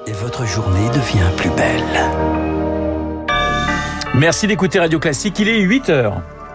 et votre journée devient plus belle. Merci d'écouter Radio Classique, il est 8h.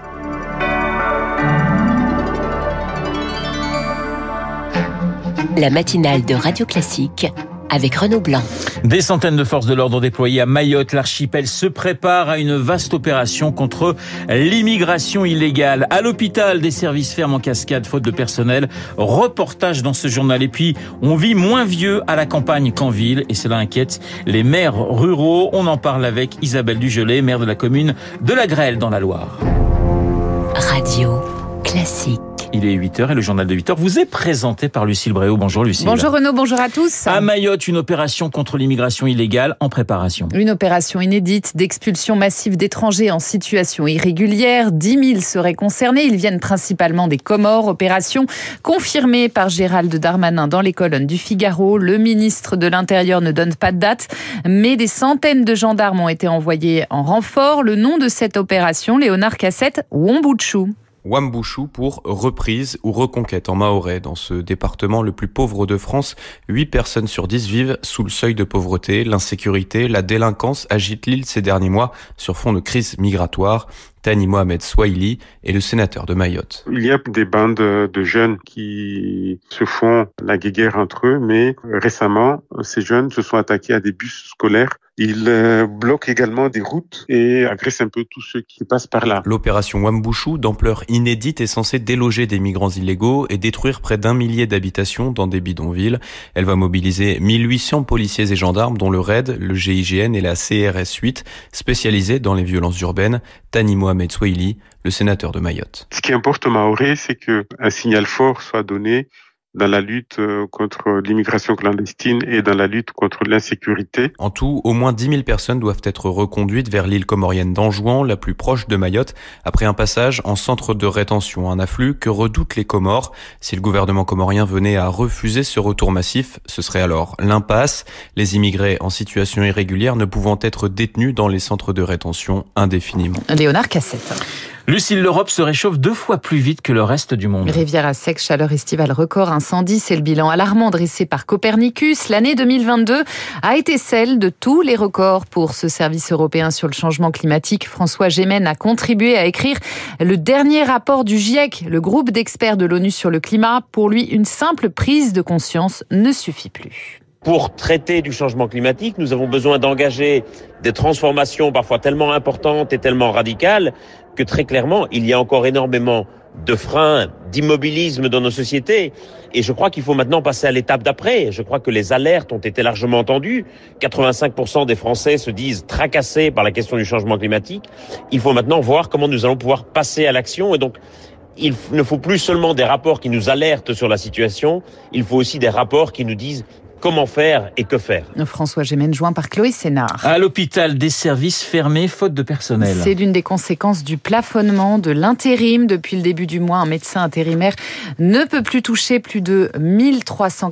La matinale de Radio Classique avec Renaud Blanc. Des centaines de forces de l'ordre déployées à Mayotte. L'archipel se prépare à une vaste opération contre l'immigration illégale. À l'hôpital, des services ferment en cascade faute de personnel. Reportage dans ce journal. Et puis, on vit moins vieux à la campagne qu'en ville et cela inquiète les maires ruraux. On en parle avec Isabelle Dugelet, maire de la commune de La Grêle dans la Loire. Radio Classique. Il est 8h et le journal de 8h vous est présenté par Lucille Bréau. Bonjour Lucille. Bonjour Renaud, bonjour à tous. À Mayotte, une opération contre l'immigration illégale en préparation. Une opération inédite d'expulsion massive d'étrangers en situation irrégulière. 10 000 seraient concernés. Ils viennent principalement des Comores. Opération confirmée par Gérald Darmanin dans les colonnes du Figaro. Le ministre de l'Intérieur ne donne pas de date, mais des centaines de gendarmes ont été envoyés en renfort. Le nom de cette opération, Léonard Cassette, Wambouchou. Wambouchou pour reprise ou reconquête en mahorais. Dans ce département le plus pauvre de France, 8 personnes sur 10 vivent sous le seuil de pauvreté. L'insécurité, la délinquance agitent l'île ces derniers mois sur fond de crise migratoire. Thani Mohamed Swahili est le sénateur de Mayotte. Il y a des bandes de jeunes qui se font la guéguerre entre eux, mais récemment, ces jeunes se sont attaqués à des bus scolaires. Ils bloquent également des routes et agressent un peu tous ceux qui passent par là. L'opération Wambouchou, d'ampleur inédite, est censée déloger des migrants illégaux et détruire près d'1 millier d'habitations dans des bidonvilles. Elle va mobiliser 1800 policiers et gendarmes, dont le RAID, le GIGN et la CRS 8, spécialisés dans les violences urbaines. Thani Mohamed Swahili, le sénateur de Mayotte. Ce qui importe aux Mahorais, c'est qu'un signal fort soit donné dans la lutte contre l'immigration clandestine et dans la lutte contre l'insécurité. En tout, au moins 10 000 personnes doivent être reconduites vers l'île comorienne d'Anjouan, la plus proche de Mayotte, après un passage en centre de rétention. Un afflux que redoutent les Comores. Si le gouvernement comorien venait à refuser ce retour massif, ce serait alors l'impasse. Les immigrés en situation irrégulière ne pouvant être détenus dans les centres de rétention indéfiniment. Léonard Cassette. Lucille, l'Europe se réchauffe 2 fois plus vite que le reste du monde. Rivière à sec, chaleur estivale record, incendie, c'est le bilan alarmant dressé par Copernicus. L'année 2022 a été celle de tous les records pour ce service européen sur le changement climatique. François Gémen a contribué à écrire le dernier rapport du GIEC, le groupe d'experts de l'ONU sur le climat. Pour lui, une simple prise de conscience ne suffit plus. Pour traiter du changement climatique, nous avons besoin d'engager des transformations parfois tellement importantes et tellement radicales que très clairement, il y a encore énormément de freins, d'immobilisme dans nos sociétés. Et je crois qu'il faut maintenant passer à l'étape d'après. Je crois que les alertes ont été largement entendues. 85% des Français se disent tracassés par la question du changement climatique. Il faut maintenant voir comment nous allons pouvoir passer à l'action. Et donc, il ne faut plus seulement des rapports qui nous alertent sur la situation, il faut aussi des rapports qui nous disent comment faire et que faire. François Gémen, joint par Chloé Sénard. À l'hôpital, des services fermés faute de personnel. C'est l'une des conséquences du plafonnement de l'intérim. Depuis le début du mois, un médecin intérimaire ne peut plus toucher plus de 1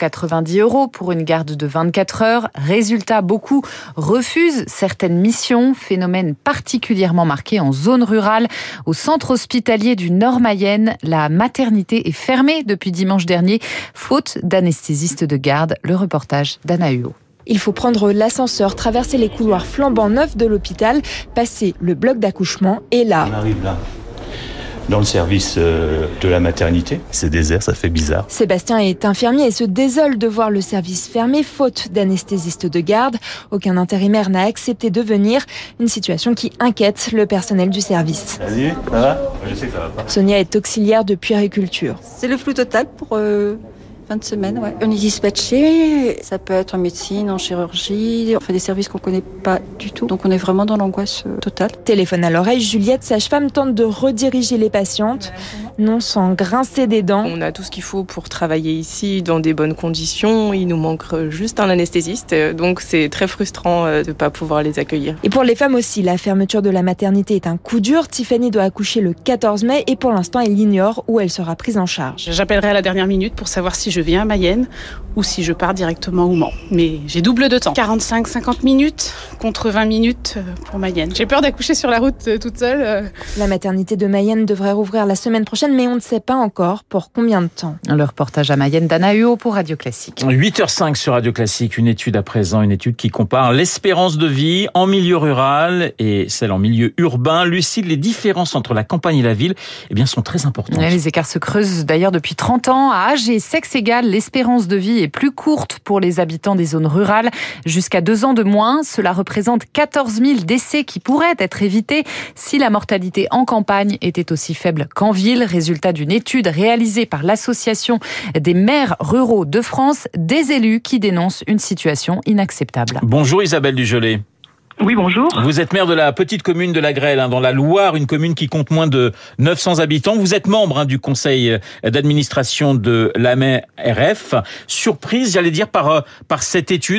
390 € pour une garde de 24 heures. Résultat, beaucoup refusent certaines missions. Phénomène particulièrement marqué en zone rurale. Au centre hospitalier du Nord-Mayenne, la maternité est fermée depuis dimanche dernier, faute d'anesthésiste de garde. Le reportage d'Anna Huot. Il faut prendre l'ascenseur, traverser les couloirs flambant neufs de l'hôpital, passer le bloc d'accouchement et là... On arrive là, dans le service de la maternité. C'est désert, ça fait bizarre. Sébastien est infirmier et se désole de voir le service fermé, faute d'anesthésiste de garde. Aucun intérimaire n'a accepté de venir. Une situation qui inquiète le personnel du service. Vas-y, ça va ? Je sais que ça va pas. Sonia est auxiliaire de puériculture. C'est le flou total pour... fin de semaine, ouais. On est dispatché, ça peut être en médecine, en chirurgie, on fait des services qu'on connaît pas du tout. Donc on est vraiment dans l'angoisse totale. Téléphone à l'oreille, Juliette, sage-femme, tente de rediriger les patientes, non sans grincer des dents. On a tout ce qu'il faut pour travailler ici dans des bonnes conditions. Il nous manque juste un anesthésiste, donc c'est très frustrant de ne pas pouvoir les accueillir. Et pour les femmes aussi, la fermeture de la maternité est un coup dur. Tiffany doit accoucher le 14 mai et pour l'instant, elle ignore où elle sera prise en charge. J'appellerai à la dernière minute pour savoir si je viens à Mayenne ou si je pars directement au Mans. Mais j'ai double de temps. 45-50 minutes contre 20 minutes pour Mayenne. J'ai peur d'accoucher sur la route toute seule. La maternité de Mayenne devrait rouvrir la semaine prochaine. fonctionne, mais on ne sait pas encore pour combien de temps. Le reportage à Mayenne d'Anna Huot pour Radio Classique. 8h05 sur Radio Classique, une étude à présent, une étude qui compare l'espérance de vie en milieu rural et celle en milieu urbain. Lucide, les différences entre la campagne et la ville sont très importantes. Les écarts se creusent d'ailleurs depuis 30 ans. À âge et sexe égal, l'espérance de vie est plus courte pour les habitants des zones rurales. Jusqu'à 2 ans de moins, cela représente 14 000 décès qui pourraient être évités si la mortalité en campagne était aussi faible qu'en ville. Résultat d'une étude réalisée par l'Association des maires ruraux de France, des élus qui dénoncent une situation inacceptable. Bonjour Isabelle Dujolet. Oui, bonjour. Vous êtes maire de la petite commune de la Grêle, dans la Loire, une commune qui compte moins de 900 habitants. Vous êtes membre du conseil d'administration de l'AMRF. Surprise, j'allais dire, par cette étude ?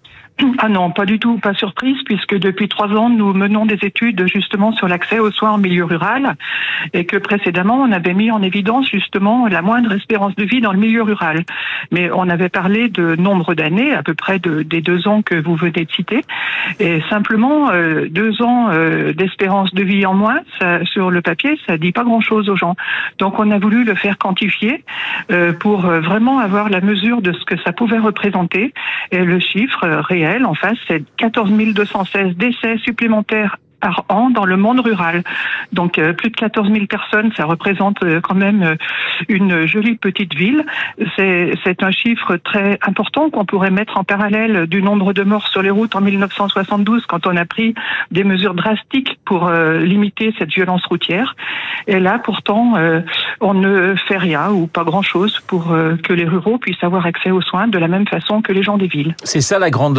Ah non, pas du tout, pas surprise, puisque depuis 3 ans, nous menons des études justement sur l'accès aux soins en milieu rural, et que précédemment, on avait mis en évidence justement la moindre espérance de vie dans le milieu rural. Mais on avait parlé de nombre d'années, à peu près des 2 ans que vous venez de citer, et simplement 2 ans d'espérance de vie en moins, ça, sur le papier, ça dit pas grand-chose aux gens. Donc on a voulu le faire quantifier pour vraiment avoir la mesure de ce que ça pouvait représenter, et le chiffre réel en face, c'est 14 216 décès supplémentaires par an dans le monde rural. Donc plus de 14 000 personnes, ça représente quand même une jolie petite ville. C'est un chiffre très important qu'on pourrait mettre en parallèle du nombre de morts sur les routes en 1972, quand on a pris des mesures drastiques pour limiter cette violence routière. Et là, pourtant, on ne fait rien ou pas grand-chose pour que les ruraux puissent avoir accès aux soins de la même façon que les gens des villes. C'est ça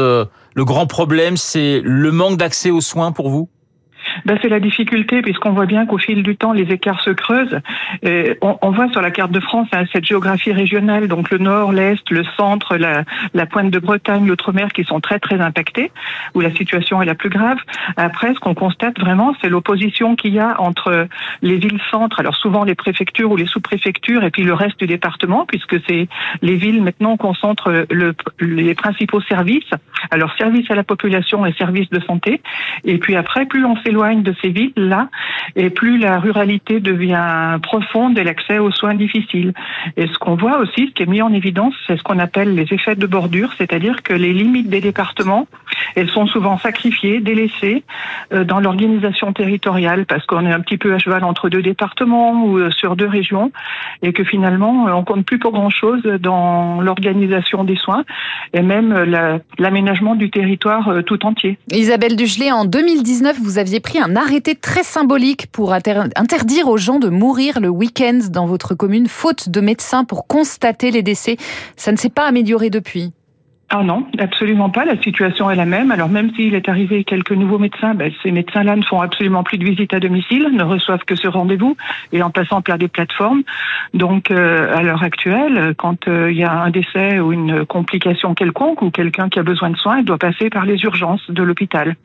le grand problème, c'est le manque d'accès aux soins pour vous ? C'est la difficulté, puisqu'on voit bien qu'au fil du temps, les écarts se creusent. Et on voit sur la carte de France cette géographie régionale, donc le nord, l'est, le centre, la pointe de Bretagne, l'outre-mer, qui sont très très impactés, où la situation est la plus grave. Après, ce qu'on constate vraiment, c'est l'opposition qu'il y a entre les villes-centres, alors souvent les préfectures ou les sous-préfectures, et puis le reste du département, puisque c'est les villes maintenant concentrent les principaux services, alors services à la population et services de santé. Et puis après, plus on s'éloigne de ces villes-là, et plus la ruralité devient profonde et l'accès aux soins difficile. Et ce qu'on voit aussi, ce qui est mis en évidence, c'est ce qu'on appelle les effets de bordure, c'est-à-dire que les limites des départements, elles sont souvent sacrifiées, délaissées dans l'organisation territoriale, parce qu'on est un petit peu à cheval entre 2 départements ou sur 2 régions, et que finalement, on compte plus pour grand-chose dans l'organisation des soins, et même l'aménagement du territoire tout entier. Isabelle Dujolet, en 2019, vous aviez pris un arrêté très symbolique pour interdire aux gens de mourir le week-end dans votre commune, faute de médecins pour constater les décès. Ça ne s'est pas amélioré depuis. Ah non, absolument pas. La situation est la même. Alors même s'il est arrivé quelques nouveaux médecins, ces médecins-là ne font absolument plus de visites à domicile, ne reçoivent que ce rendez-vous et en passant par des plateformes. Donc à l'heure actuelle, quand il y a un décès ou une complication quelconque ou quelqu'un qui a besoin de soins, il doit passer par les urgences de l'hôpital.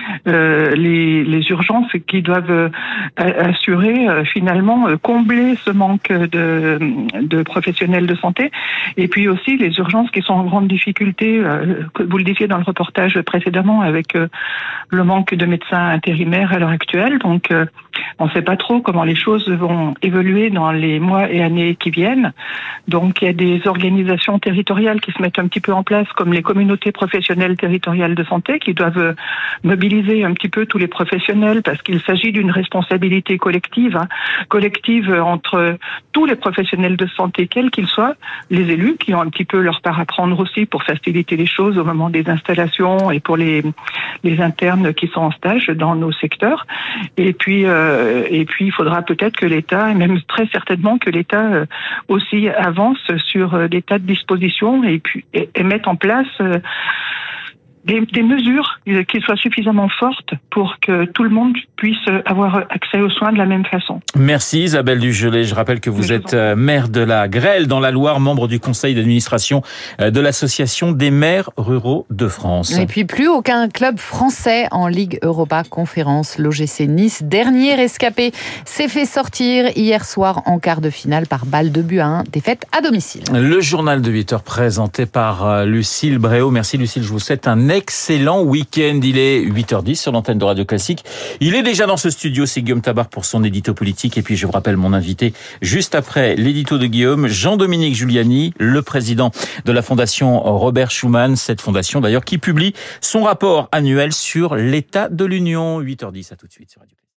Les urgences qui doivent assurer finalement combler ce manque de professionnels de santé, et puis aussi les urgences qui sont en grande difficulté, que vous le disiez dans le reportage précédemment, avec le manque de médecins intérimaires à l'heure actuelle. Donc on ne sait pas trop comment les choses vont évoluer dans les mois et années qui viennent. Donc il y a des organisations territoriales qui se mettent un petit peu en place, comme les communautés professionnelles territoriales de santé, qui doivent mobiliser un petit peu tous les professionnels, parce qu'il s'agit d'une responsabilité collective, collective entre tous les professionnels de santé, quels qu'ils soient, les élus qui ont un petit peu leur part à prendre aussi pour faciliter les choses au moment des installations et pour les internes qui sont en stage dans nos secteurs. Et puis il faudra peut-être que l'État, et même très certainement que l'État aussi avance sur des tas de dispositions et mette en place des mesures qui soient suffisamment fortes pour que tout le monde puisse avoir accès aux soins de la même façon. Merci Isabelle Dujolet. Je rappelle que vous êtes maire de la Grêle dans la Loire, membre du conseil d'administration de l'Association des maires ruraux de France. Et puis plus aucun club français en Ligue Europa Conférence. L'OGC Nice, dernier rescapé, s'est fait sortir hier soir en quart de finale par balle de but à 1, défaite à domicile. Le journal de 8h présenté par Lucille Bréau. Merci Lucille, je vous souhaite un excellent week-end. Il est 8h10 sur l'antenne de Radio Classique. Il est déjà dans ce studio, c'est Guillaume Tabar pour son édito politique. Et puis je vous rappelle mon invité juste après l'édito de Guillaume, Jean-Dominique Giuliani, le président de la fondation Robert Schuman. Cette fondation d'ailleurs qui publie son rapport annuel sur l'état de l'Union. 8h10, à tout de suite sur Radio Classique.